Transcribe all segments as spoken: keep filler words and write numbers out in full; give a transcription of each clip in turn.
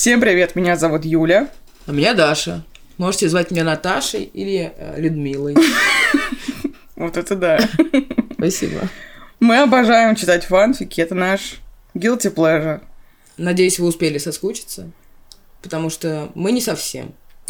Всем привет, меня зовут Юля. А меня Даша. Можете звать меня Наташей или э, Людмилой. Вот это да. Спасибо. Мы обожаем читать фанфики, это наш guilty pleasure. Надеюсь, вы успели соскучиться, потому что мы не совсем.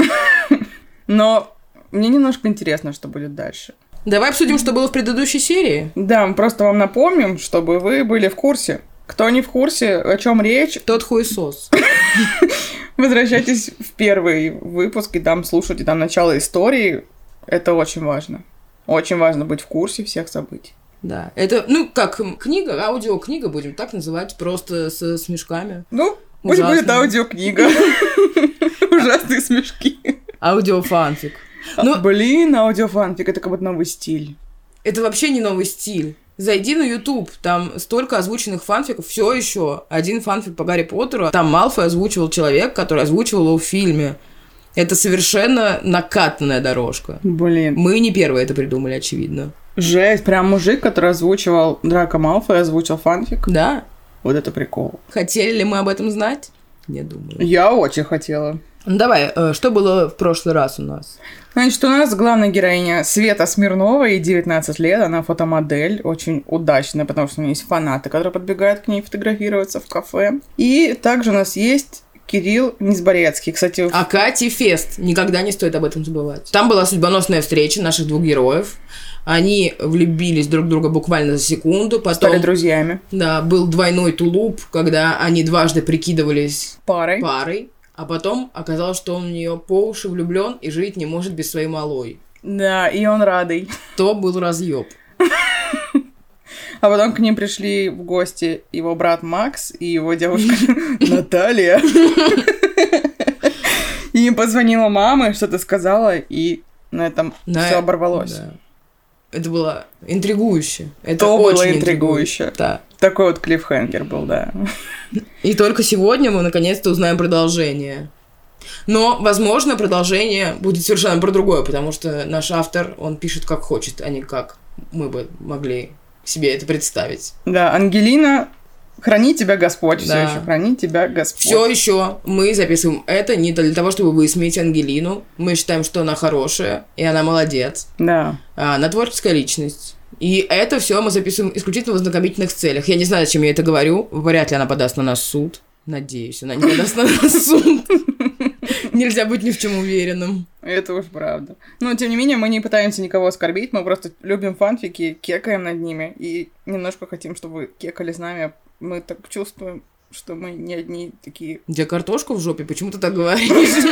Но мне немножко интересно, что будет дальше. Давай обсудим, что было в предыдущей серии. Да, мы просто вам напомним, чтобы вы были в курсе. Кто не в курсе, о чем речь, Тот хуесос. возвращайтесь в первый выпуск и там слушайте там начало истории. Это очень важно. Очень важно быть в курсе всех событий. Да, это, ну, как книга, аудиокнига, будем так называть, просто со смешками. Ну, пусть Ужасно. будет аудиокнига. Ужасные смешки. Аудиофанфик. Ну, Блин, аудиофанфик, это как будто новый стиль. это вообще не новый стиль. Зайди на YouTube, там столько озвученных фанфиков, все еще. Один фанфик по Гарри Поттеру, там Малфой озвучивал человек, который озвучивал его в фильме. Это совершенно накатанная дорожка. Блин. Мы не первые это придумали, очевидно. Жесть, прям мужик, который озвучивал Драко Малфоя, озвучил фанфик. Да. Вот это прикол. Хотели ли мы об этом знать? Не думаю. Я очень хотела. Ну давай, э, что было в прошлый раз у нас? Значит, у нас главная героиня Света Смирнова, ей девятнадцать лет, она фотомодель, очень удачная, потому что у нее есть фанаты, которые подбегают к ней фотографироваться в кафе. И также у нас есть Кирилл Низборецкий, кстати. А Кати Фест. Никогда не стоит об этом забывать. Там была судьбоносная встреча наших двух героев. Они влюбились друг в друга буквально за секунду. Потом, стали друзьями. Да, был двойной тулуп, когда они дважды прикидывались Парой. парой. А потом оказалось, что он в нее по уши влюблен и жить не может без своей малой. Да, и он радый. То был разъеб. А потом к ним пришли в гости его брат Макс и его девушка Наталья. И им позвонила мама, что-то сказала, и на этом все оборвалось. Да. Это было интригующе. Это То очень было интригующе. Да. Такой вот клиффхенгер был, да. И только сегодня мы наконец-то узнаем продолжение. Но, возможно, продолжение будет совершенно про другое, потому что наш автор, он пишет как хочет, а не как мы бы могли себе это представить. Да, Ангелина, храни тебя Господь, Да. все еще храни тебя Господь. Все еще мы записываем это не для того, чтобы высмеять Ангелину. Мы считаем, что она хорошая, и она молодец. Да. А она творческая личность. И это все мы записываем исключительно в ознакомительных целях. Я не знаю, зачем я это говорю. Вряд ли она подаст на нас суд. Надеюсь, она не подаст на нас суд. Нельзя быть ни в чем уверенным. Это уж правда. Но, тем не менее, мы не пытаемся никого оскорбить, мы просто любим фанфики, кекаем над ними, и немножко хотим, чтобы вы кекали с нами. Мы так чувствуем, что мы не одни такие. У тебя картошка в жопе? Почему ты так говоришь?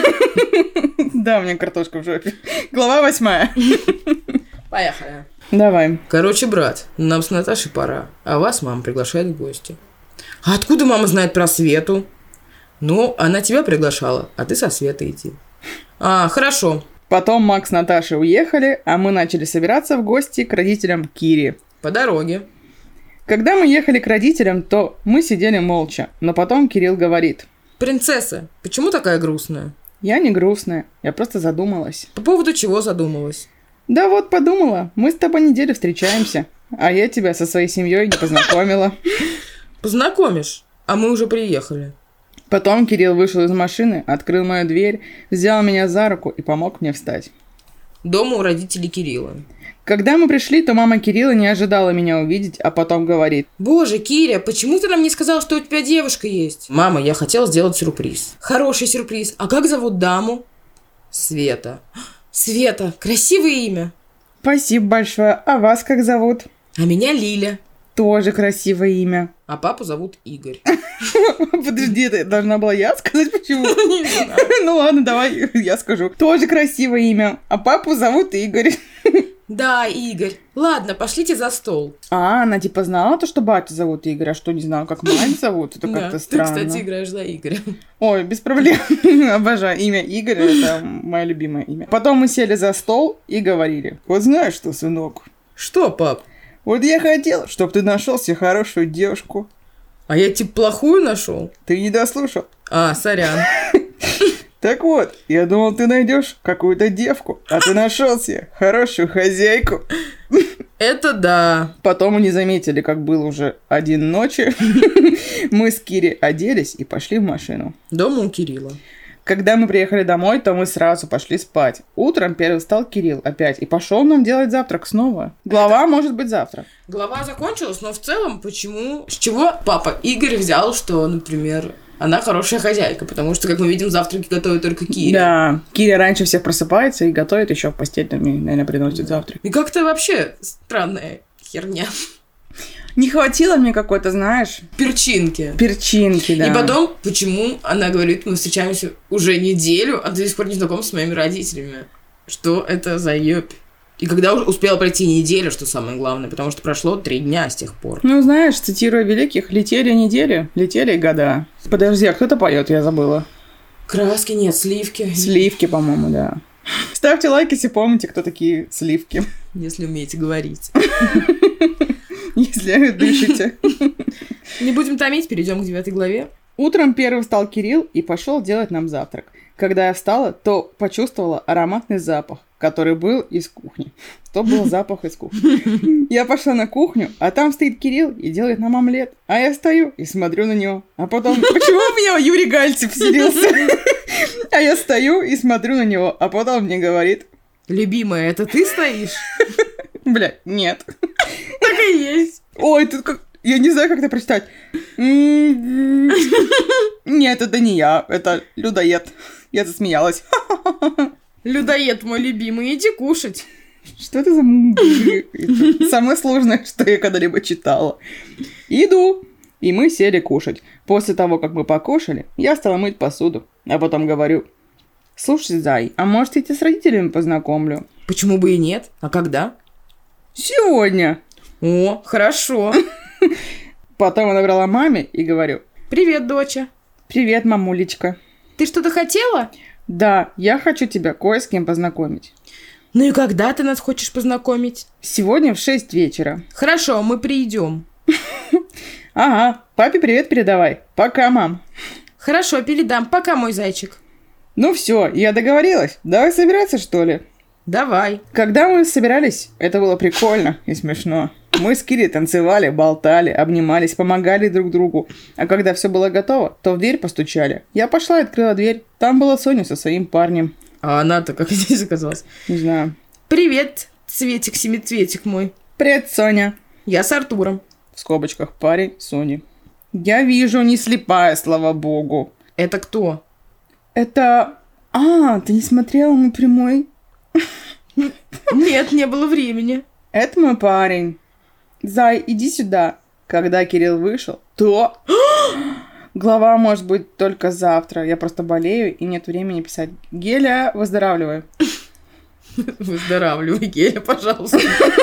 Да, у меня картошка в жопе. Глава восьмая. Поехали. Давай. Короче, брат, нам с Наташей пора, а вас мама приглашает в гости. А откуда мама знает про Свету? Ну, она тебя приглашала, а ты со Светой иди. А, хорошо. Потом Макс с Наташей уехали, а мы начали собираться в гости к родителям Кири. По дороге. Когда мы ехали к родителям, то мы сидели молча, но потом Кирилл говорит: Принцесса, почему такая грустная? я не грустная, я просто задумалась. По поводу чего задумалась? Да вот подумала, мы с тобой неделю встречаемся, а я тебя со своей семьей не познакомила. Познакомишь, а мы уже приехали. Потом Кирилл вышел из машины, открыл мою дверь, взял меня за руку и помог мне встать. Дома у родителей Кирилла. Когда мы пришли, то мама Кирилла не ожидала меня увидеть, а потом говорит: Боже, Киря, почему ты нам не сказал, что у тебя девушка есть? Мама, я хотела сделать сюрприз. Хороший сюрприз. А как зовут даму? Света. Света, красивое имя. спасибо большое, а вас как зовут? А меня Лиля. Тоже красивое имя. А папу зовут Игорь. Подожди, это должна была я сказать, почему? Не знаю. Ну ладно, давай я скажу. Тоже красивое имя, а папу зовут Игорь. Да, Игорь. Ладно, пошлите за стол. А, она типа знала то, что батю зовут Игорь, а что, не знала, как мать зовут? Это Да, как-то ты, странно. кстати, играешь за Игоря. Ой, без проблем. Обожаю. Имя Игорь — это мое любимое имя. Потом мы сели за стол и говорили: вот знаешь что, сынок? Что, пап? Вот я хотел, чтобы ты нашел себе хорошую девушку. А я типа плохую нашел? Ты не дослушал. А, сорян. Так вот, я думал, ты найдешь какую-то девку, а ты нашел себе хорошую хозяйку. Это да. Потом мы не заметили, как было уже один ночи. Мы с Кири оделись и пошли в машину. Дома у Кирилла. Когда мы приехали домой, то мы сразу пошли спать. Утром первый встал Кирилл опять и пошел нам делать завтрак снова. Глава может быть завтра. Глава закончилась, но в целом почему... С чего папа Игорь взял, что, например, она хорошая хозяйка? Потому что, как мы видим, завтраки готовит только Киря. Да, Киря раньше всех просыпается и готовит еще в постель, наверное, приносит завтрак. И как-то вообще странная херня. Не хватило мне какой-то, знаешь... Перчинки. Перчинки, да. И потом, почему она говорит, мы встречаемся уже неделю, а ты до сих пор не знаком с моими родителями. Что это за ёбь? И когда уже успела пройти неделя, что самое главное, потому что прошло три дня с тех пор. Ну, знаешь, цитируя великих, летели недели, летели года. Подожди, а кто-то поет, я забыла. Краски нет, сливки. Сливки, по-моему, да. Ставьте лайк, если помните, кто такие сливки. Если умеете говорить. Если дышите. Не будем томить, перейдем к девятой главе. Утром первый встал Кирилл и пошел делать нам завтрак. Когда я встала, то почувствовала ароматный запах, который был из кухни. То был запах из кухни. Я пошла на кухню, а там стоит Кирилл и делает нам омлет. А я стою и смотрю на него. А потом, почему у меня Юрий Гальцев вселился? А я стою и смотрю на него, а потом мне говорит... Любимая, это ты стоишь? Бля, нет. Так и есть. Ой, тут как... Я не знаю, как это прочитать. Нет, это не я. Это людоед. Я засмеялась. Людоед мой любимый, иди кушать. Что это за мудрый? Это самое сложное, что я когда-либо читала. Иду. И мы сели кушать. После того, как мы покушали, я стала мыть посуду. А потом говорю: слушай, Зай, а может, я тебя с родителями познакомлю? Почему бы и нет? А когда? Сегодня. О, хорошо. Потом я набрала маме и говорю: привет, доча. Привет, мамулечка. Ты что-то хотела? Да, я хочу тебя кое с кем познакомить. Ну и когда ты нас хочешь познакомить? Сегодня в шесть вечера. Хорошо, мы придем. Ага, папе привет передавай. Пока, мам. Хорошо, передам. Пока, мой зайчик. Ну все, я договорилась. Давай собираться, что ли? Давай. Когда мы собирались, это было прикольно и смешно. Мы с Кири танцевали, болтали, обнимались, помогали друг другу. А когда все было готово, то в дверь постучали. Я пошла и открыла дверь. Там была Соня со своим парнем. А она-то как здесь оказалась? Не знаю. Привет, Цветик-семицветик мой. Привет, Соня. Я с Артуром. В скобочках парень Сони. Я вижу, не слепая, слава богу. Это кто? Это... А, ты не смотрела мой прямой? Нет, не было времени. Это мой парень. Зай, иди сюда. Когда Кирилл вышел, то... Глава может быть только завтра. Я просто болею и нет времени писать. Геля, выздоравливай. Выздоравливай, Геля, пожалуйста.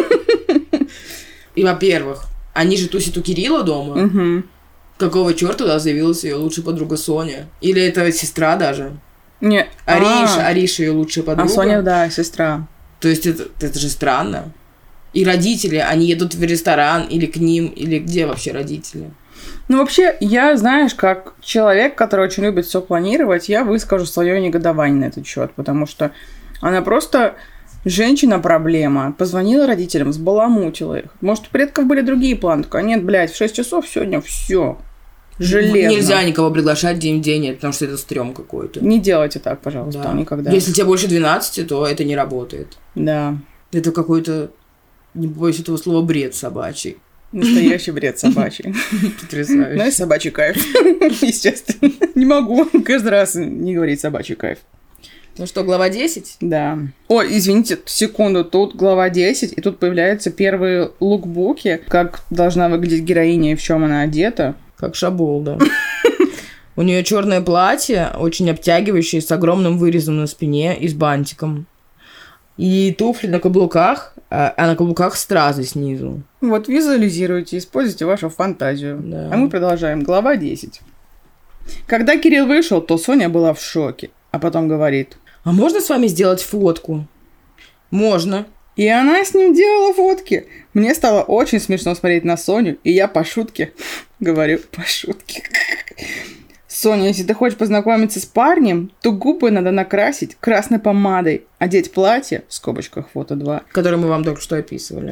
И, во-первых, они же тусят у Кирилла дома. Угу. Какого черта туда заявилась ее лучшая подруга Соня? Или это сестра даже? Нет. Ариша, Ариша ее лучшая подруга. А Соня, да, сестра. То есть это, это же странно. И родители, они едут в ресторан или к ним, или где вообще родители? Ну, вообще, я, знаешь, как человек, который очень любит все планировать, я выскажу свое негодование на этот счет, потому что она просто женщина-проблема. Позвонила родителям, сбаламутила их. Может, у предков были другие планы, только нет, блядь, в шесть часов сегодня все. Железно. Нельзя никого приглашать день в день, потому что это стрём какой-то. Не делайте так, пожалуйста, да. Никогда. Если тебе больше двенадцати, то это не работает. Да. Это какой-то, не боюсь этого слова, бред собачий. Настоящий бред собачий. Потрясающе. Знаешь, собачий кайф. Естественно. Не могу каждый раз не говорить собачий кайф. Ну что, глава десять? Да. Ой, извините, секунду, тут глава десять, и тут появляются первые лукбуки, как должна выглядеть героиня и в чем она одета. Как Шабол, да. У нее черное платье, очень обтягивающее, с огромным вырезом на спине и с бантиком. И туфли на каблуках, а на каблуках стразы снизу. Вот, визуализируйте, используйте вашу фантазию. Да. А мы продолжаем. Глава десять. Когда Кирилл вышел, то Соня была в шоке, а потом говорит: а можно с вами сделать фотку? Можно. И она с ним делала фотки. Мне стало очень смешно смотреть на Соню, и я по шутке говорю, по шутке. Соня, если ты хочешь познакомиться с парнем, то губы надо накрасить красной помадой, одеть платье, в скобочках фото два. Которое мы вам только что описывали.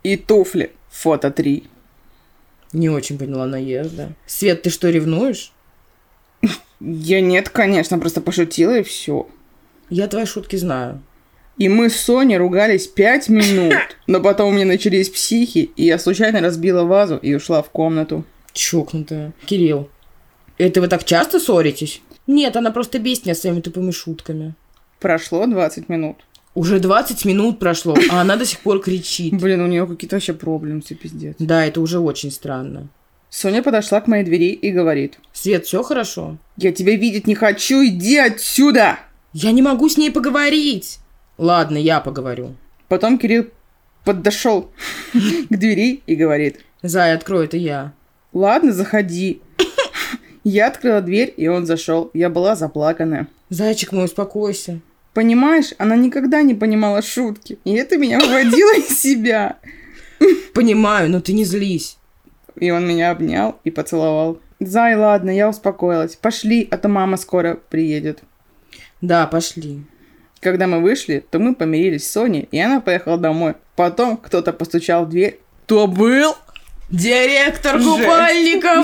И туфли. Фото три. Не очень поняла наезда. Свет, ты что, ревнуешь? Я нет, конечно, просто пошутила и все. Я твои шутки знаю. И мы с Соней ругались пять минут. Но потом у меня начались психи, и я случайно разбила вазу и ушла в комнату. Чокнутая. Кирилл, это вы так часто ссоритесь? Нет, она просто бесит меня своими тупыми шутками. Прошло двадцать минут. Уже двадцать минут прошло, а она до сих пор кричит. Блин, у нее какие-то вообще проблемы, пиздец. Да, это уже очень странно. Соня подошла к моей двери и говорит: Свет, все хорошо? Я тебя видеть не хочу, иди отсюда! Я не могу с ней поговорить. Ладно, я поговорю. Потом Кирилл подошел к двери и говорит: Зай, открой, это я. Ладно, заходи. Я открыла дверь, и он зашел. Я была заплаканная. Зайчик мой, успокойся. Понимаешь, она никогда не понимала шутки. И это меня выводило из себя. Понимаю, но ты не злись. И он меня обнял и поцеловал. Зай, ладно, я успокоилась. Пошли, а то мама скоро приедет. Да, пошли. Когда мы вышли, то мы помирились с Соней, и она поехала домой. Потом кто-то постучал в дверь. Кто был? Директор купальников!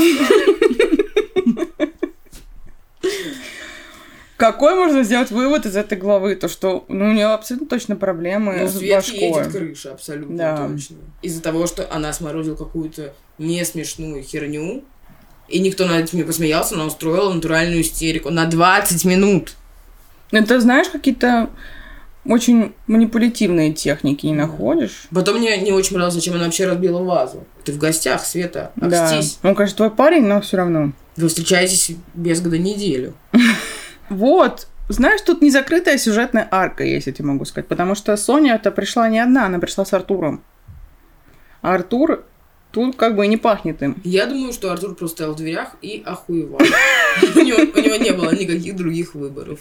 Какой можно сделать вывод из этой главы? То, что ну, у нее абсолютно точно проблемы ну, с Светке башкой. едет крыша, абсолютно да. точно. Из-за того, что она сморозила какую-то несмешную херню, и никто над этим не посмеялся, она устроила натуральную истерику на двадцать минут. Это, знаешь, какие-то очень манипулятивные техники не находишь? Потом мне не очень понравилось, зачем она вообще разбила вазу. Ты в гостях, Света, окстись. Да. Он, конечно, твой парень, но все равно. Вы встречаетесь без года неделю. Вот. Знаешь, тут незакрытая сюжетная арка есть, я тебе могу сказать. Потому что Соня-то пришла не одна, она пришла с Артуром. А Артур тут как бы и не пахнет им. Я думаю, что Артур просто стоял в дверях и охуевал. У него не было никаких других выборов.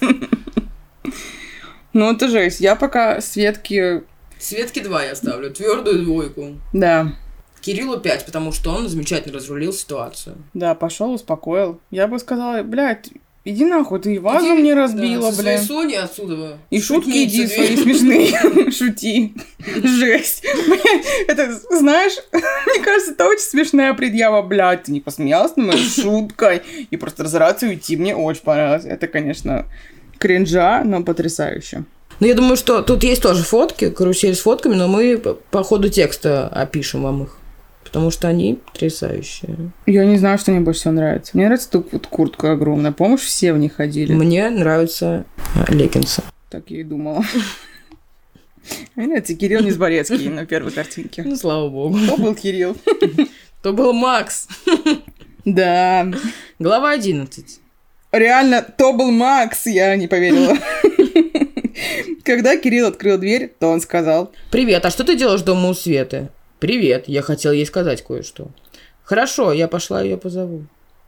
Ну, это жесть. Я пока Светке... Светке два я ставлю, твердую двойку. Да. Кириллу пять, потому что он замечательно разрулил ситуацию. Да, пошел, успокоил. Я бы сказала, блядь, иди нахуй, ты и вазу мне разбила, да, блин. Со своей Сони отсюда. И шутки иди свои смешные. Шути. Жесть. Это, знаешь, мне кажется, это очень смешная предъява. Блядь, ты не посмеялся над моей шуткой. И просто разораться и уйти мне очень понравилось. Это, конечно, кринжа, но потрясающе. Ну, я думаю, что тут есть тоже фотки, карусель с фотками, но мы по, по ходу текста опишем вам их. Потому что они потрясающие. Я не знаю, что мне больше всего нравится. Мне нравится тут вот куртка огромная. Помнишь, все в них ходили? Мне нравятся леггинсы. Так я и думала. Мне нравится Кирилл Низборецкий на первой картинке. Ну, слава богу. Кто был Кирилл? То был Макс. Да. Глава одиннадцать. Реально, то был Макс, я не поверила. Когда Кирилл открыл дверь, то он сказал: «Привет, а что ты делаешь дома у Светы?» «Привет, я хотел ей сказать кое-что». «Хорошо, я пошла ее позову».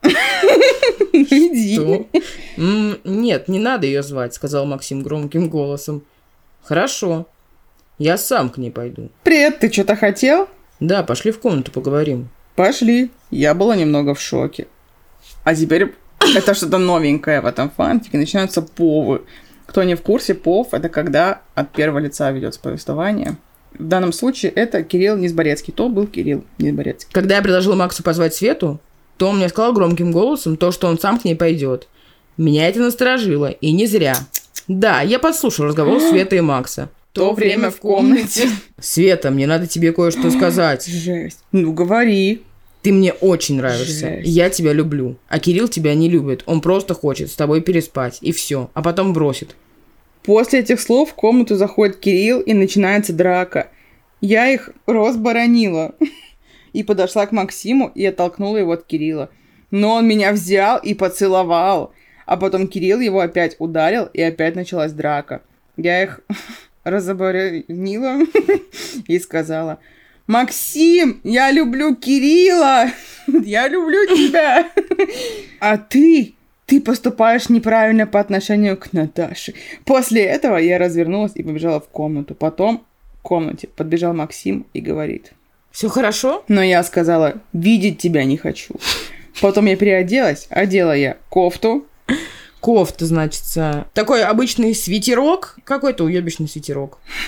«Иди». «Что?» М- «Нет, не надо ее звать», — сказал Максим громким голосом. «Хорошо, я сам к ней пойду». «Привет, ты что-то хотел?» «Да, пошли в комнату поговорим». «Пошли». Я была немного в шоке. А теперь это что-то новенькое в этом фанфике. Начинаются повы. Кто не в курсе, пов — это когда от первого лица ведется повествование. В данном случае это Кирилл Низборецкий. То был Кирилл Низборецкий. Когда я предложила Максу позвать Свету, то он мне сказал громким голосом то, что он сам к ней пойдет. Меня это насторожило, и не зря. Да, я подслушал разговор Светы и Макса. То время в комнате. Света, мне надо тебе кое-что сказать. Жесть. Ну, говори. Ты мне очень нравишься. Жесть. Я тебя люблю. А Кирилл тебя не любит. Он просто хочет с тобой переспать. И все. А потом бросит. После этих слов в комнату заходит Кирилл, и начинается драка. Я их разборонила. И подошла к Максиму и оттолкнула его от Кирилла. Но он меня взял и поцеловал. А потом Кирилл его опять ударил, и опять началась драка. Я их разоборонила и сказала: «Максим, я люблю Кирилла! Я люблю тебя! А ты, ты поступаешь неправильно по отношению к Наташе». После этого я развернулась и побежала в комнату. Потом в комнате подбежал Максим и говорит: «Все хорошо?» Но я сказала: «Видеть тебя не хочу». Потом я переоделась, одела я кофту. Кофта, значит, такой обычный свитерок. Какой-то уебищный свитерок.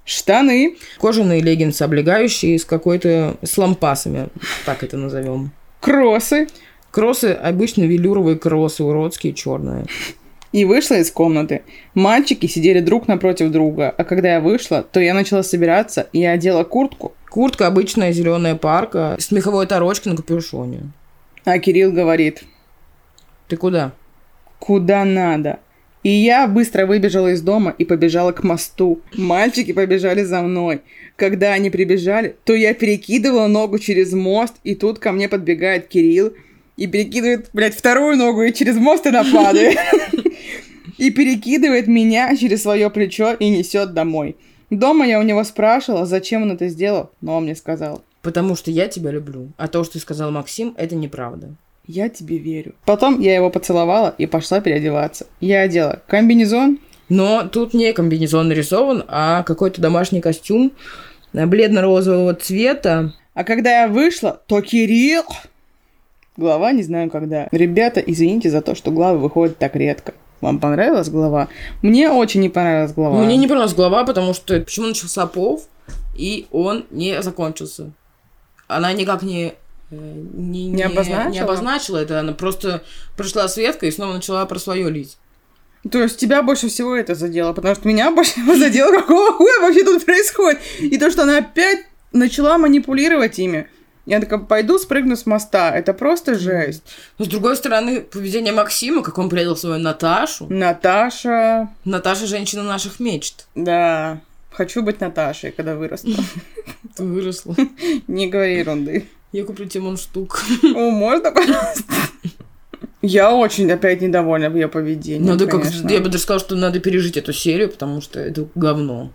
Штаны. Кожаные леггинсы, облегающие с какой-то... с лампасами, так это назовем. Кроссы. Кроссы, обычно велюровые кроссы, уродские, черные. И вышла из комнаты. Мальчики сидели друг напротив друга, а когда я вышла, то я начала собираться, и я одела куртку. Куртка обычная, зеленая парка, с меховой оторочкой на капюшоне. А Кирилл говорит: ты куда? Куда надо. И я быстро выбежала из дома и побежала к мосту. Мальчики побежали за мной. Когда они прибежали, то я перекидывала ногу через мост, и тут ко мне подбегает Кирилл и перекидывает, блядь, вторую ногу, и через мост она падает. И перекидывает меня через свое плечо и несет домой. Дома я у него спрашивала, зачем он это сделал, но он мне сказал: потому что я тебя люблю. А то, что ты сказал, Максим, это неправда. Я тебе верю. Потом я его поцеловала и пошла переодеваться. Я одела комбинезон. Но тут не комбинезон нарисован, а какой-то домашний костюм бледно-розового цвета. А когда я вышла, то Кирилл... Глава не знаю когда. Ребята, извините за то, что главы выходят так редко. Вам понравилась глава? Мне очень не понравилась глава. Мне не понравилась глава, потому что почему начался Пов, и он не закончился. Она никак не... Не, не, не, обозначила? не обозначила это, она просто прошла Светка и снова начала про свое лить. То есть тебя больше всего это задело, потому что меня больше всего задело, какого хуя вообще тут происходит. И то, что она опять начала манипулировать ими. Я такая: пойду спрыгну с моста. Это просто жесть. Но с другой стороны, поведение Максима, как он предал свою Наташу. Наташа... Наташа — женщина наших мечт. Да. Хочу быть Наташей, когда вырасту. Ты выросла. Не говори ерунды. Я куплю тебе мундштук. О, можно, пожалуйста? Я очень опять недовольна ее поведением. Надо как... Я бы даже сказала, что надо пережить эту серию, потому что это говно.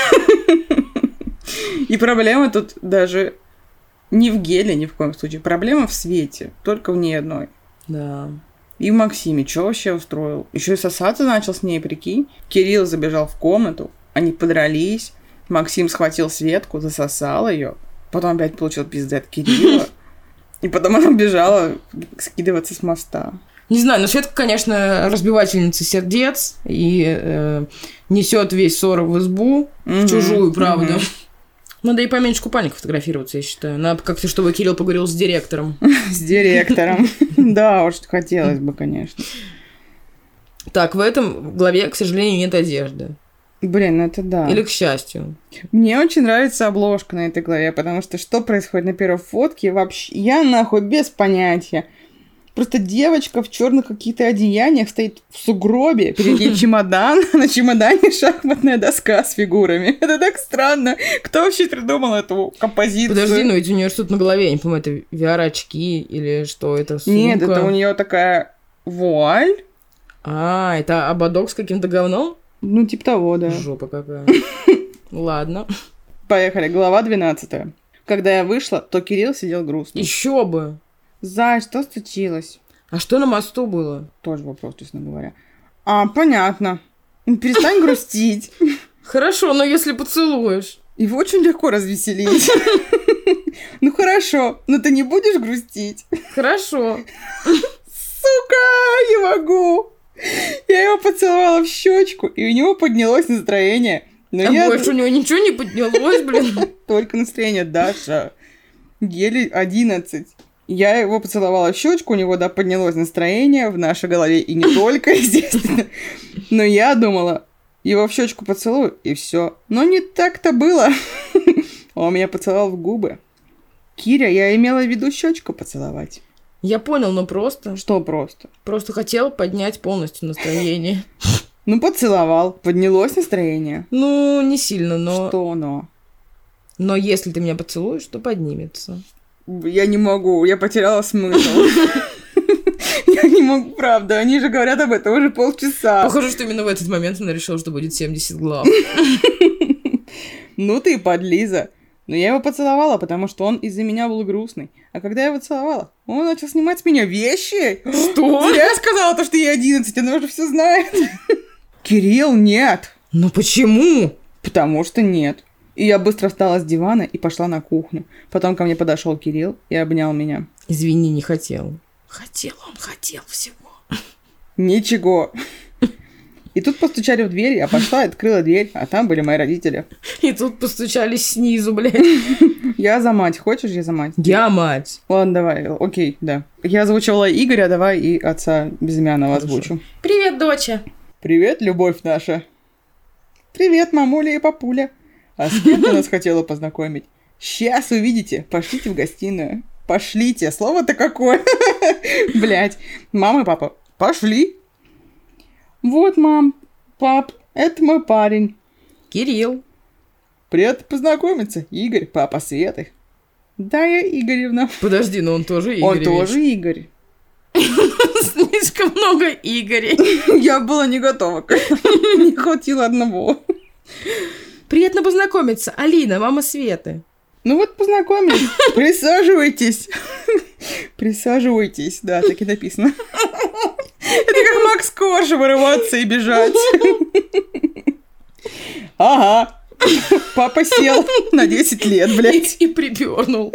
И проблема тут даже не в Геле ни в коем случае. Проблема в Свете. Только в ней одной. Да. И в Максиме. Что вообще устроил? Еще и сосаться начал с ней, прикинь. Кирилл забежал в комнату. Они подрались. Максим схватил Светку, засосал ее. Потом опять получил пизды от Кирилла. И потом она бежала скидываться с моста. Не знаю, но Светка, конечно, разбивательница сердец. И э, несет весь ссор в избу. Mm-hmm. В чужую, правда. Mm-hmm. Надо и поменьше купальников фотографироваться, я считаю. Надо как-то, чтобы Кирилл поговорил с директором. С директором. Да, уж хотелось бы, конечно. Так, в этом главе, к сожалению, нет одежды. Блин, это да. Или к счастью. Мне очень нравится обложка на этой главе, потому что что происходит на первой фотке, вообще я нахуй без понятия. Просто девочка в черных каких-то одеяниях стоит в сугробе, перед ней чемодан, на чемодане шахматная доска с фигурами. Это так странно. Кто вообще придумал эту композицию? Подожди, но ведь у нее что-то на голове, я не помню, это ви ар-очки или что это, сумка? Нет, это у нее такая вуаль. А, это ободок с каким-то говном? Ну, типа того, да. Жопа какая. Ладно. Поехали, глава двенадцатая. Когда я вышла, то Кирилл сидел грустно. Еще бы. Зай, что случилось? А что на мосту было? Тоже вопрос, честно говоря. А, понятно. Перестань грустить. Хорошо, но если поцелуешь. Его очень легко развеселить. Ну хорошо, но ты не будешь грустить? Хорошо. Сука, не могу. Я его поцеловала в щечку, и у него поднялось настроение. Но а я... больше у него ничего не поднялось, блин. Только настроение, Даша. Еле одиннадцать. Я его поцеловала в щечку, у него, да, поднялось настроение в нашей голове, и не только, естественно. Но я думала, его в щечку поцелую, и все. Но не так-то было. Он меня поцеловал в губы. Киря, я имела в виду щечку поцеловать. Я понял, но просто... Что просто? Просто хотел поднять полностью настроение. Ну, поцеловал. Поднялось настроение? Ну, не сильно, но... Что но? Но если ты меня поцелуешь, то поднимется. Я не могу, я потеряла смысл. Я не могу, правда. Они же говорят об этом уже полчаса. Похоже, что именно в этот момент она решила, что будет семьдесят глав. Ну ты подлиза. Но я его поцеловала, потому что он из-за меня был грустный. А когда я его целовала, он начал снимать с меня вещи. Что? Зря я сказала то, что ей одиннадцать, она уже все знает. Кирилл, нет. Ну почему? Потому что нет. И я быстро встала с дивана и пошла на кухню. Потом ко мне подошел Кирилл и обнял меня. Извини, не хотел. Хотел, он хотел всего. Ничего. И тут постучали в дверь, я пошла и открыла дверь, а там были мои родители. И тут постучали снизу, блядь. Я за мать. Хочешь, я за мать? Я мать. Ладно, давай. Окей, да. Я озвучивала Игоря, давай и отца безымянного озвучу. Привет, доча. Привет, любовь наша. Привет, мамуля и папуля. А с кем ты нас хотела познакомить? Сейчас увидите. Пошлите в гостиную. Пошлите. Слово-то какое. Блять. Мама и папа, пошли. Вот, мам, пап, это мой парень. Кирилл. Приятно познакомиться. Игорь, папа Светы. Да, я Игоревна. Подожди, но он тоже Игорь. Он тоже Игорь. Слишком много Игорей. Я была не готова к этому. Не хватило одного. Приятно познакомиться. Алина, мама Светы. Ну вот познакомились. Присаживайтесь. Присаживайтесь. Да, так и написано. Это как Макс Корж вырываться и бежать. Ага. Папа сел на десять лет, блядь. И припёрнул.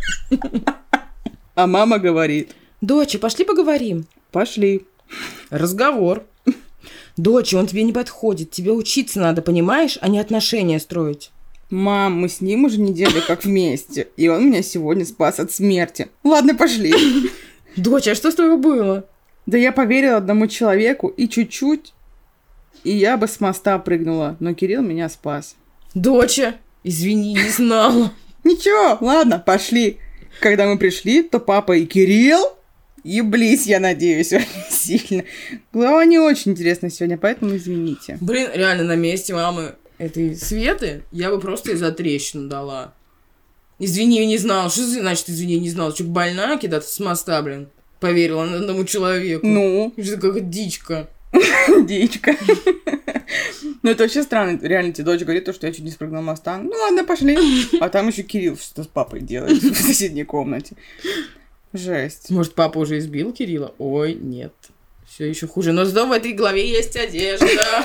А мама говорит. Доча, пошли поговорим. Пошли. Разговор. Доча, он тебе не подходит. Тебе учиться надо, понимаешь, а не отношения строить. Мам, мы с ним уже неделю как вместе. И он меня сегодня спас от смерти. Ладно, пошли. Доча, а что с тобой было? Да я поверила одному человеку и чуть-чуть, и я бы с моста прыгнула. Но Кирилл меня спас. Доча, извини, не знала. Ничего, ладно, пошли. Когда мы пришли, то папа и Кирилл еблись, я надеюсь, очень сильно. Глава не очень интересная сегодня, поэтому извините. Блин, реально, на месте мамы этой Светы я бы просто из-за трещину дала. Извини, я не знала. Что значит извини, не знала? Что, больная кидаться с моста, блин? Поверила одному человеку. Ну? Что как дичка. Дичка. Ну, это вообще странно. Реально, тебе дочь говорит, что я чуть не спрыгнула моста. Ну, ладно, пошли. А там еще Кирилл что с папой делает в соседней комнате. Жесть. Может, папа уже избил Кирилла? Ой, нет. Все еще хуже. Но зато в этой главе есть одежда.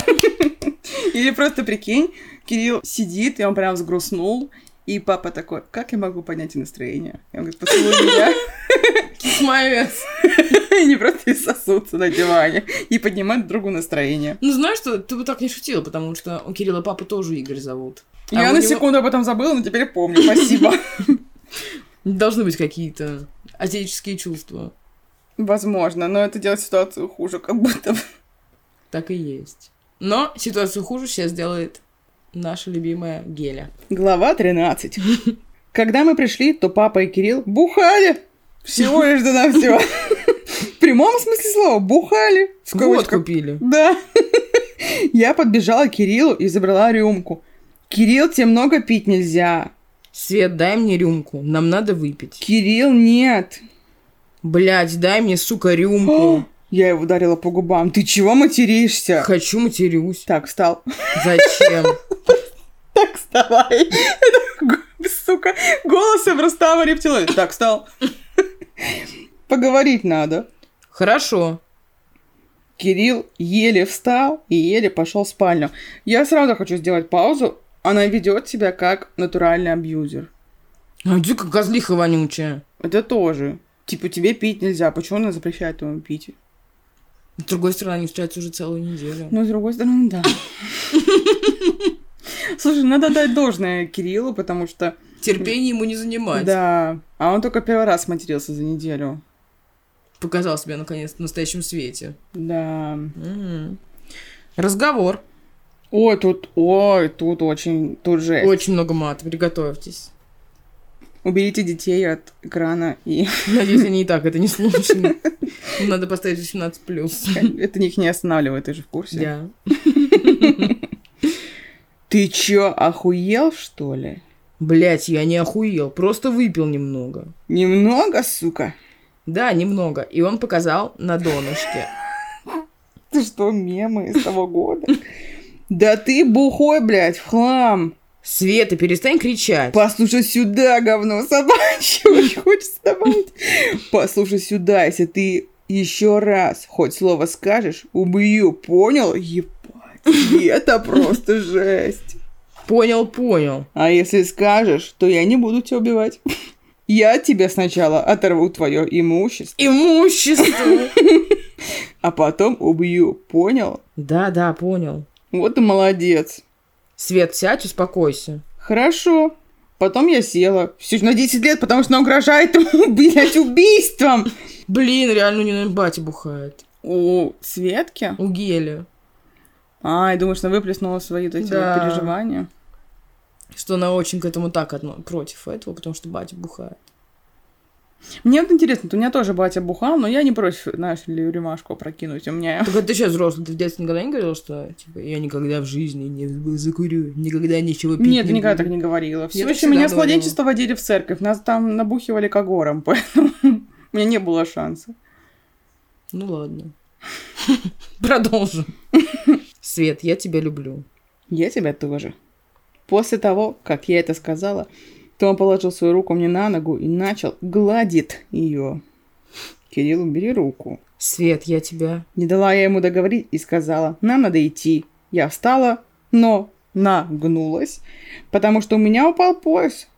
Или просто прикинь, Кирилл сидит, и он прям взгрустнул. И папа такой, как я могу поднять настроение? И он говорит, поцелуй меня. Кисмоэс. И они просто сосутся на диване. И поднимают другу настроение. Ну, знаешь что, ты бы так не шутила, потому что у Кирилла папу тоже Игорь зовут. А я на него... секунду об этом забыла, но теперь помню. Спасибо. Должны быть какие-то отеческие чувства. Возможно, но это делает ситуацию хуже, как будто. Так и есть. Но ситуацию хуже сейчас делает наша любимая Геля. Глава тринадцать. Когда мы пришли, то папа и Кирилл бухали. Всего лишь до навсего. В прямом смысле слова. Бухали. Вот купили. Да. Я подбежала к Кириллу и забрала рюмку. Кирилл, тебе много пить нельзя. Свет, дай мне рюмку. Нам надо выпить. Кирилл, нет. Блядь, дай мне, сука, рюмку. Я его ударила по губам. Ты чего материшься? Хочу, матерюсь. Так, встал. Зачем? Так, вставай. Сука, голосом Рустама Рептилоида. Так, встал. Поговорить надо. Хорошо. Кирилл еле встал и еле пошел в спальню. Я сразу хочу сделать паузу. Она ведет себя как натуральный абьюзер. А где как козлиха вонючая? Это тоже. Типа, тебе пить нельзя. Почему она запрещает ему пить? С другой стороны, они встречаются уже целую неделю. Ну, с другой стороны, да. Слушай, надо дать должное Кириллу, потому что... Терпение ему не занимать. Да. А он только первый раз матерился за неделю. Показал себя, наконец, в настоящем свете. Да. Угу. Разговор. Ой, тут... Ой, тут очень... Тут жесть. Очень много мата. Приготовьтесь. Уберите детей от экрана и... Надеюсь, они и так это не слушают. Надо поставить восемнадцать плюс. Это их не останавливает, ты же в курсе? Да. Ты чё, охуел, что ли? Блять, я не охуел, просто выпил немного. Немного, сука? Да, немного. И он показал на донышке. Ты что, мемы из того года? Да ты бухой, блядь, в хлам. Света, перестань кричать. Послушай сюда, говно собачье. Очень хочется добавить. Послушай сюда, если ты еще раз хоть слово скажешь, убью, понял? Ебать, это просто жесть. Понял, понял. А если скажешь, то я не буду тебя убивать. Я тебе сначала оторву твое имущество. Имущество. а потом убью. Понял? Да, да, понял. Вот и молодец. Свет, сядь, успокойся. Хорошо. Потом я села. Все на десять лет, потому что она угрожает ему, блядь, убийством. Блин, реально у нее, наверное, батя бухает. У Светки? У Гели. А, я думаю, что она выплеснула свои вот эти Да. вот переживания. Что она очень к этому так отно... против этого, потому что батя бухает. Мне вот интересно, у меня тоже батя бухал, но я не против, знаешь, ли рюмашку опрокинуть. У меня... Так это ты сейчас взрослый, ты в детстве никогда не говорил, что типа я никогда в жизни не закурю, никогда ничего пить Нет, не я никогда буду. так не говорила. Все Я еще всегда меня с говорила. младенчества водили в церковь. Нас там набухивали когором, поэтому у меня не было шанса. Ну ладно. Продолжим. Свет, я тебя люблю. Я тебя тоже. После того, как я это сказала, то он положил свою руку мне на ногу и начал гладить ее. Кирилл, убери руку. Свет, я тебя... Не дала я ему договорить и сказала, нам надо идти. Я встала, но нагнулась, потому что у меня упал пояс.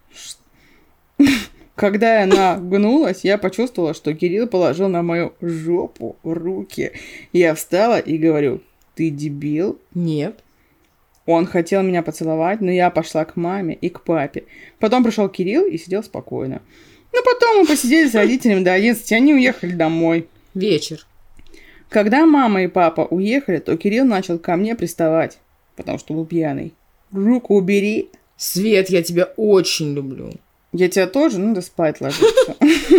Когда я нагнулась, я почувствовала, что Кирилл положил на мою жопу руки. Я встала и говорю, ты дебил? Нет. Он хотел меня поцеловать, но я пошла к маме и к папе. Потом пришел Кирилл и сидел спокойно. Ну, потом мы посидели с родителями до одиннадцати, они уехали домой. Вечер. Когда мама и папа уехали, то Кирилл начал ко мне приставать, потому что был пьяный. Руку убери. Свет, я тебя очень люблю. Я тебя тоже, ну да спать ложиться.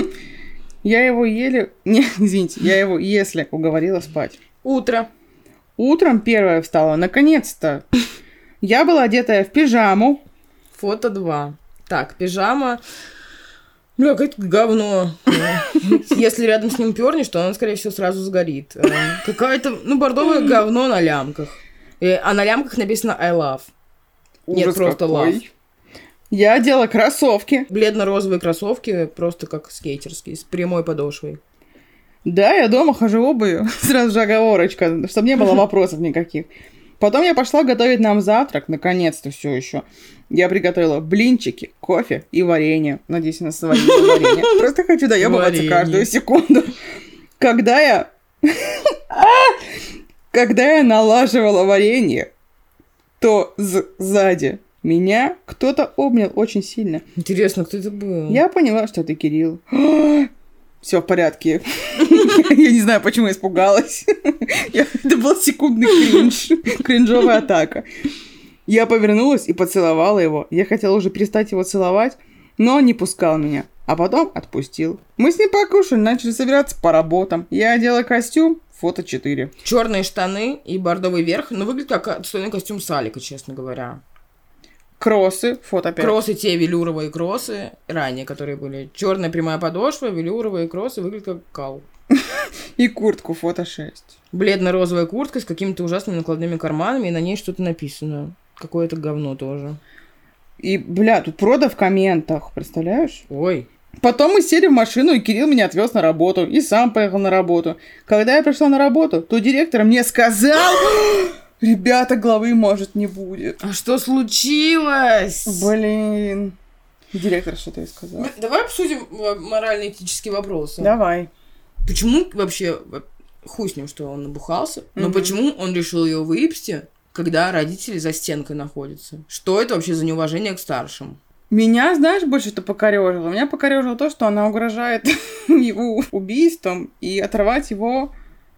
Я его еле... Не, извините, я его, если уговорила спать. Утро. Утром первая встала, наконец-то. Я была одетая в пижаму. Фото два. Так, пижама. Бля, какое-то говно. Если рядом с ним пернешь, то он, скорее всего, сразу сгорит. Какое-то, ну, бордовое говно на лямках. А на лямках написано I love. Нет, Ужас просто какой. love. Я одела кроссовки. Бледно-розовые кроссовки, просто как скейтерские, с прямой подошвой. Да, я дома хожу в обуви. Сразу же оговорочка, чтобы не было вопросов никаких. Потом я пошла готовить нам завтрак, наконец-то все еще. Я приготовила блинчики, кофе и варенье. Надеюсь, на свои варенье. Просто хочу доебываться Варенье. каждую секунду. Когда я... Когда я налаживала варенье, то сзади меня кто-то обнял очень сильно. Интересно, кто это был? Я поняла, что это Кирилл. Все в порядке. Я не знаю, почему я испугалась. Это был секундный кринж. Кринжовая атака. Я повернулась и поцеловала его. Я хотела уже перестать его целовать, но он не пускал меня. А потом отпустил. Мы с ним покушали, начали собираться по работам. Я одела костюм, фото четыре. Черные штаны и бордовый верх. Ну, выглядит как отстойный костюм Салика, честно говоря. Кроссы, фото пять. Кроссы те велюровые кроссы, ранее, которые были. Черная прямая подошва, велюровые кроссы, выглядят как кал. И куртку, фото шесть. Бледно-розовая куртка с какими-то ужасными накладными карманами, и на ней что-то написано. Какое-то говно тоже. И, бля, тут прода в комментах, представляешь? Ой. Потом мы сели в машину, и Кирилл меня отвез на работу, и сам поехал на работу. Когда я пришла на работу, то директор мне сказал... Ребята, главы, может, не будет. А что случилось? Блин. Директор что-то и сказал. Давай обсудим морально-этические вопросы. Давай. Почему вообще... Хуй с ним, что он набухался. Но Мгм. почему он решил ее выебсти, когда родители за стенкой находятся? Что это вообще за неуважение к старшим? Меня, знаешь, больше это покорежило. Меня покорежило то, что она угрожает его убийством и оторвать его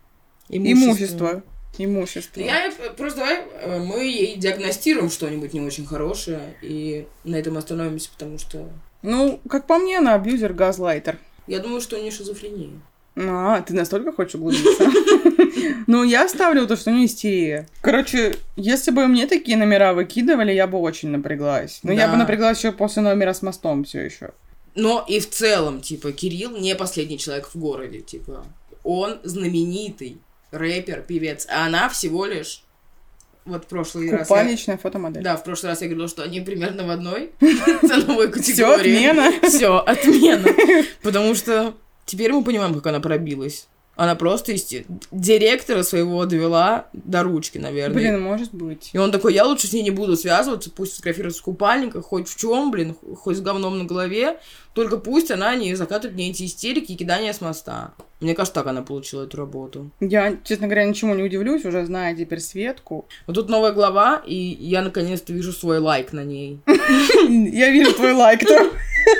имущество. Имущество. Я просто давай э, мы ей диагностируем что-нибудь не очень хорошее и на этом остановимся, потому что Ну, как по мне, она абьюзер, газлайтер. я думаю, что у нее шизофрения. А, ты настолько хочешь углубиться? Ну, я ставлю то, что у нее истерия. Короче, если бы мне такие номера выкидывали, я бы очень напряглась. Но я Да. бы напряглась еще после номера с мостом все еще. Но и в целом, типа, Кирилл не последний человек в городе, типа, он знаменитый рэпер, певец, а она всего лишь вот в прошлый раз... я- Купальничная фотомодель. Да, в прошлый раз я говорила, что они примерно в одной ценовой Все, категории. отмена. Все, отмена. Потому что теперь мы понимаем, как она пробилась. Она просто исти... директора своего довела до ручки, наверное. Блин, может быть. И он такой, я лучше с ней не буду связываться, пусть фотографируется в купальниках, хоть в чем, блин, хоть с говном на голове, только пусть она не закатывает мне эти истерики и кидания с моста. Мне кажется, так она получила эту работу. Я, честно говоря, ничему не удивлюсь, уже зная теперь Светку. Вот тут новая глава, и я наконец-то вижу свой лайк на ней. Я вижу твой лайк там.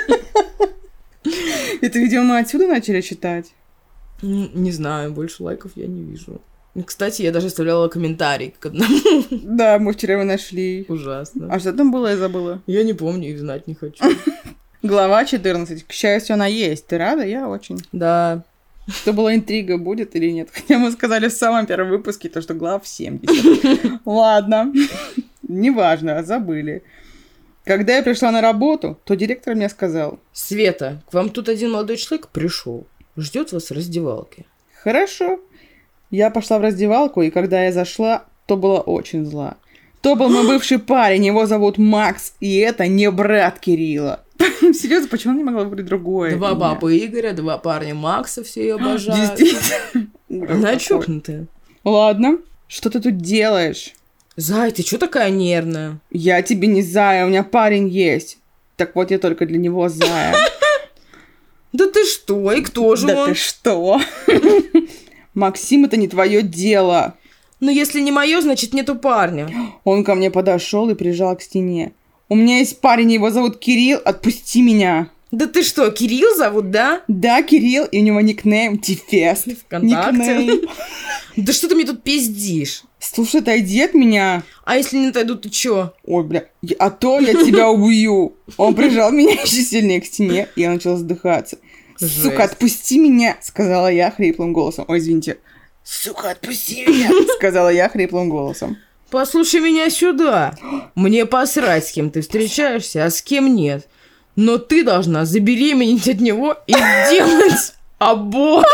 Это, видимо, мы отсюда начали читать. Не знаю, больше лайков я не вижу. Кстати, я даже оставляла комментарий к одному. Да, мы вчера его нашли. Ужасно. А что там было, я забыла. Я не помню и знать не хочу. Глава четырнадцать. К счастью, она есть. Ты рада? Я очень. Да. Что была интрига, будет или нет. Хотя мы сказали в самом первом выпуске, то, что глав семьдесят. Ладно. Неважно, забыли. Когда я пришла на работу, то директор мне сказал: Света, к вам тут один молодой человек пришел. Ждет вас в раздевалке. Хорошо. Я пошла в раздевалку, и когда я зашла, то была очень зла. То был мой бывший парень, его зовут Макс, и это не брат Кирилла. Серьезно, почему не могла выбрать другое? Два бабы Игоря, два парня Макса, все ее обожают. Действительно. Она чокнутая. Ладно, что ты тут делаешь? Зай, ты что такая нервная? Я тебе не Зая, у меня парень есть. Так вот, я только для него Зая. Да ты что? И кто же он? Да ты что? Максим, это не твое дело. Ну, если не мое, значит, нету парня. Он ко мне подошел и прижал к стене. У меня есть парень, его зовут Кирилл, отпусти меня. Да ты что, Кирилл зовут, да? Да, Кирилл, и у него никнейм Тифест. Никнейм. Да что ты мне тут пиздишь? Слушай, отойди от меня. А если не отойду, ты чё? Ой, бля, а то я тебя убью. Он прижал меня еще сильнее к стене, и я начала задыхаться. Жесть. Сука, отпусти меня, сказала я хриплым голосом. Ой, извините. Сука, отпусти меня, сказала я хриплым голосом. Послушай меня сюда. Мне посрать, с кем ты встречаешься, а с кем нет. Но ты должна забеременеть от него и сделать аборт.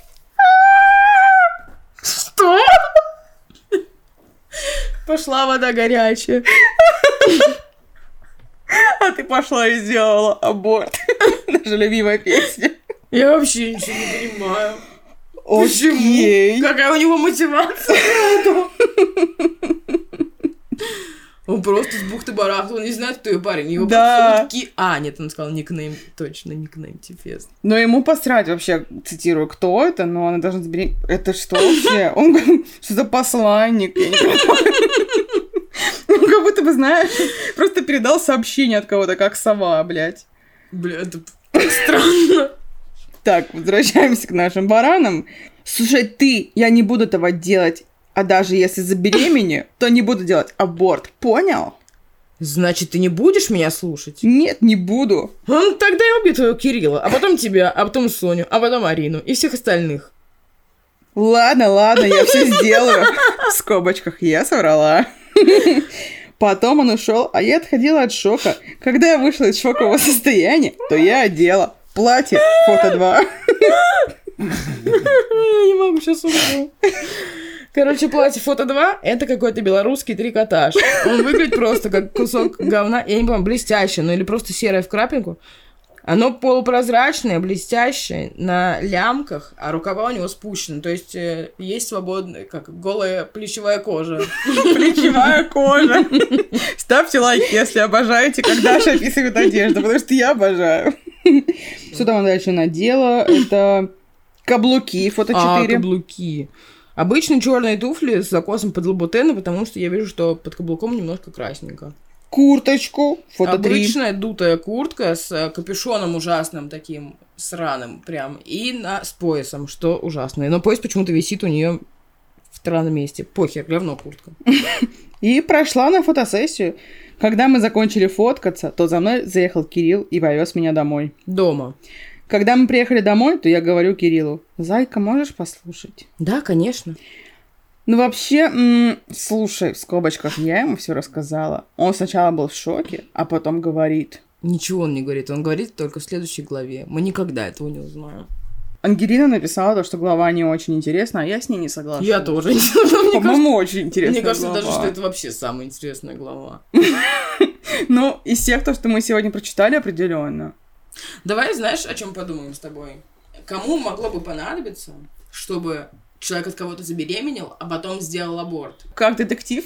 Что? Пошла вода горячая. А ты пошла и сделала аборт. Наша любимая песня. Я вообще ничего не понимаю. Окей. Почему? Какая у него мотивация? Он просто с бухты-барахты, он не знает, кто ее парень. Его да. просто Ки... А, нет, он сказал никнейм, точно, никнейм Тифест. Но ему посрать вообще, цитирую, кто это, но она должна забеременеть. Это что вообще? Он говорит, что за посланник? Я не понимаю. Ну, как будто бы, знаешь, просто передал сообщение от кого-то, как сова, блядь. Бля, это странно. Так, возвращаемся к нашим баранам. Слушай, ты, я не буду этого делать. А даже если забеременею, то не буду делать аборт. Понял? Значит, ты не будешь меня слушать? Нет, не буду. Ну, тогда я убью твоего Кирилла, а потом тебя, а потом Соню, а потом Арину и всех остальных. Ладно, ладно, я все сделаю. В скобочках я соврала. Потом он ушел, а я отходила от шока. Когда я вышла из шокового состояния, то я одела платье фото два. Я не могу сейчас умереть. Короче, платье фото два это какой-то белорусский трикотаж. Он выглядит просто как кусок говна. Я не помню, блестящее, ну или просто серое в крапинку. Оно полупрозрачное, блестящее, на лямках, а рукава у него спущены. То есть э, есть свободная, как голая плечевая кожа. Плечевая кожа. Ставьте лайк, если обожаете, как Даша описывает одежду, потому что я обожаю. Что там она дальше надела? Это каблуки, фото четыре. А, каблуки. Обычно черные туфли с закосом под лабутены, потому что я вижу, что под каблуком немножко красненько. Курточку, фото три. Обычная дутая куртка с капюшоном ужасным таким, сраным прям, и на, с поясом, что ужасное. Но пояс почему-то висит у нее в странном месте. Похер, говно куртка. И прошла на фотосессию. Когда мы закончили фоткаться, то за мной заехал Кирилл и повез меня домой. Дома. Когда мы приехали домой, то я говорю Кириллу: «Зайка, можешь послушать?» Да, конечно. Ну, вообще, м- слушай, в скобочках, я ему все рассказала. Он сначала был в шоке, а потом говорит. Ничего он не говорит, он говорит только в следующей главе. Мы никогда этого не узнаем. Ангелина написала то, что глава не очень интересна, а я с ней не согласна. Я тоже. По-моему, очень интересная Мне кажется глава. даже, что это вообще самая интересная глава. Ну, из тех, то, что мы сегодня прочитали, определенно. Давай, знаешь, о чем подумаем с тобой? Кому могло бы понадобиться, чтобы человек от кого-то забеременел, а потом сделал аборт? Как детектив,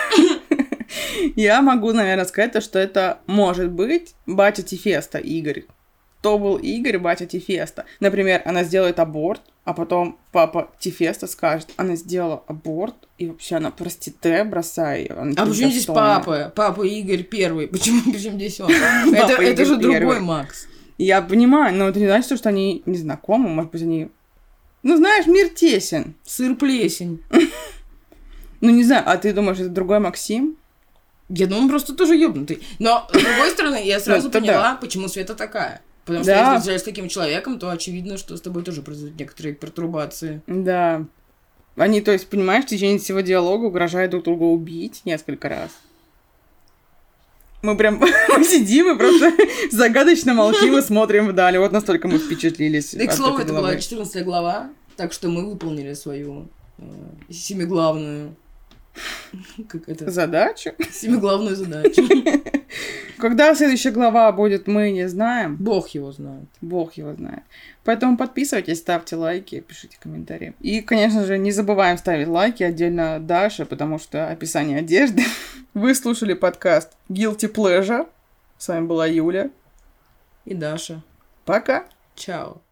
я могу, наверное, сказать, то, что это может быть батя Тефеста Игорь. То был Игорь, батя Тефеста. Например, она сделает аборт, а потом папа Тефеста скажет, она сделала аборт, и вообще она, простите, бросай ее. А почему здесь папа? Папа Игорь первый. Почему, почему здесь он? Это, это же другой Макс. Я понимаю, но это не значит, что они не знакомы. Может быть, они... Ну, знаешь, мир тесен. Сыр-плесень. Ну, не знаю, а ты думаешь, это другой Максим? Я думаю, он просто тоже ёбнутый. Но, с другой стороны, я сразу поняла, почему Света такая. Потому что если ты встречаешься с таким человеком, то очевидно, что с тобой тоже произойдут некоторые пертурбации. Да. Они, то есть, понимаешь, в течение всего диалога угрожают друг друга убить несколько раз. Мы прям мы сидим и просто загадочно молчим и смотрим вдаль. Вот настолько мы впечатлились. Да, к слову, это была четырнадцатая глава, так что мы выполнили свою э, семиглавную... Как это? Задачу? Семиглавную задачу. Когда следующая глава будет, мы не знаем. Бог его знает. Бог его знает. Поэтому подписывайтесь, ставьте лайки, пишите комментарии. И, конечно же, не забываем ставить лайки отдельно Даше, потому что описание одежды. Вы слушали подкаст Guilty Pleasure. С вами была Юля. И Даша. Пока. Чао.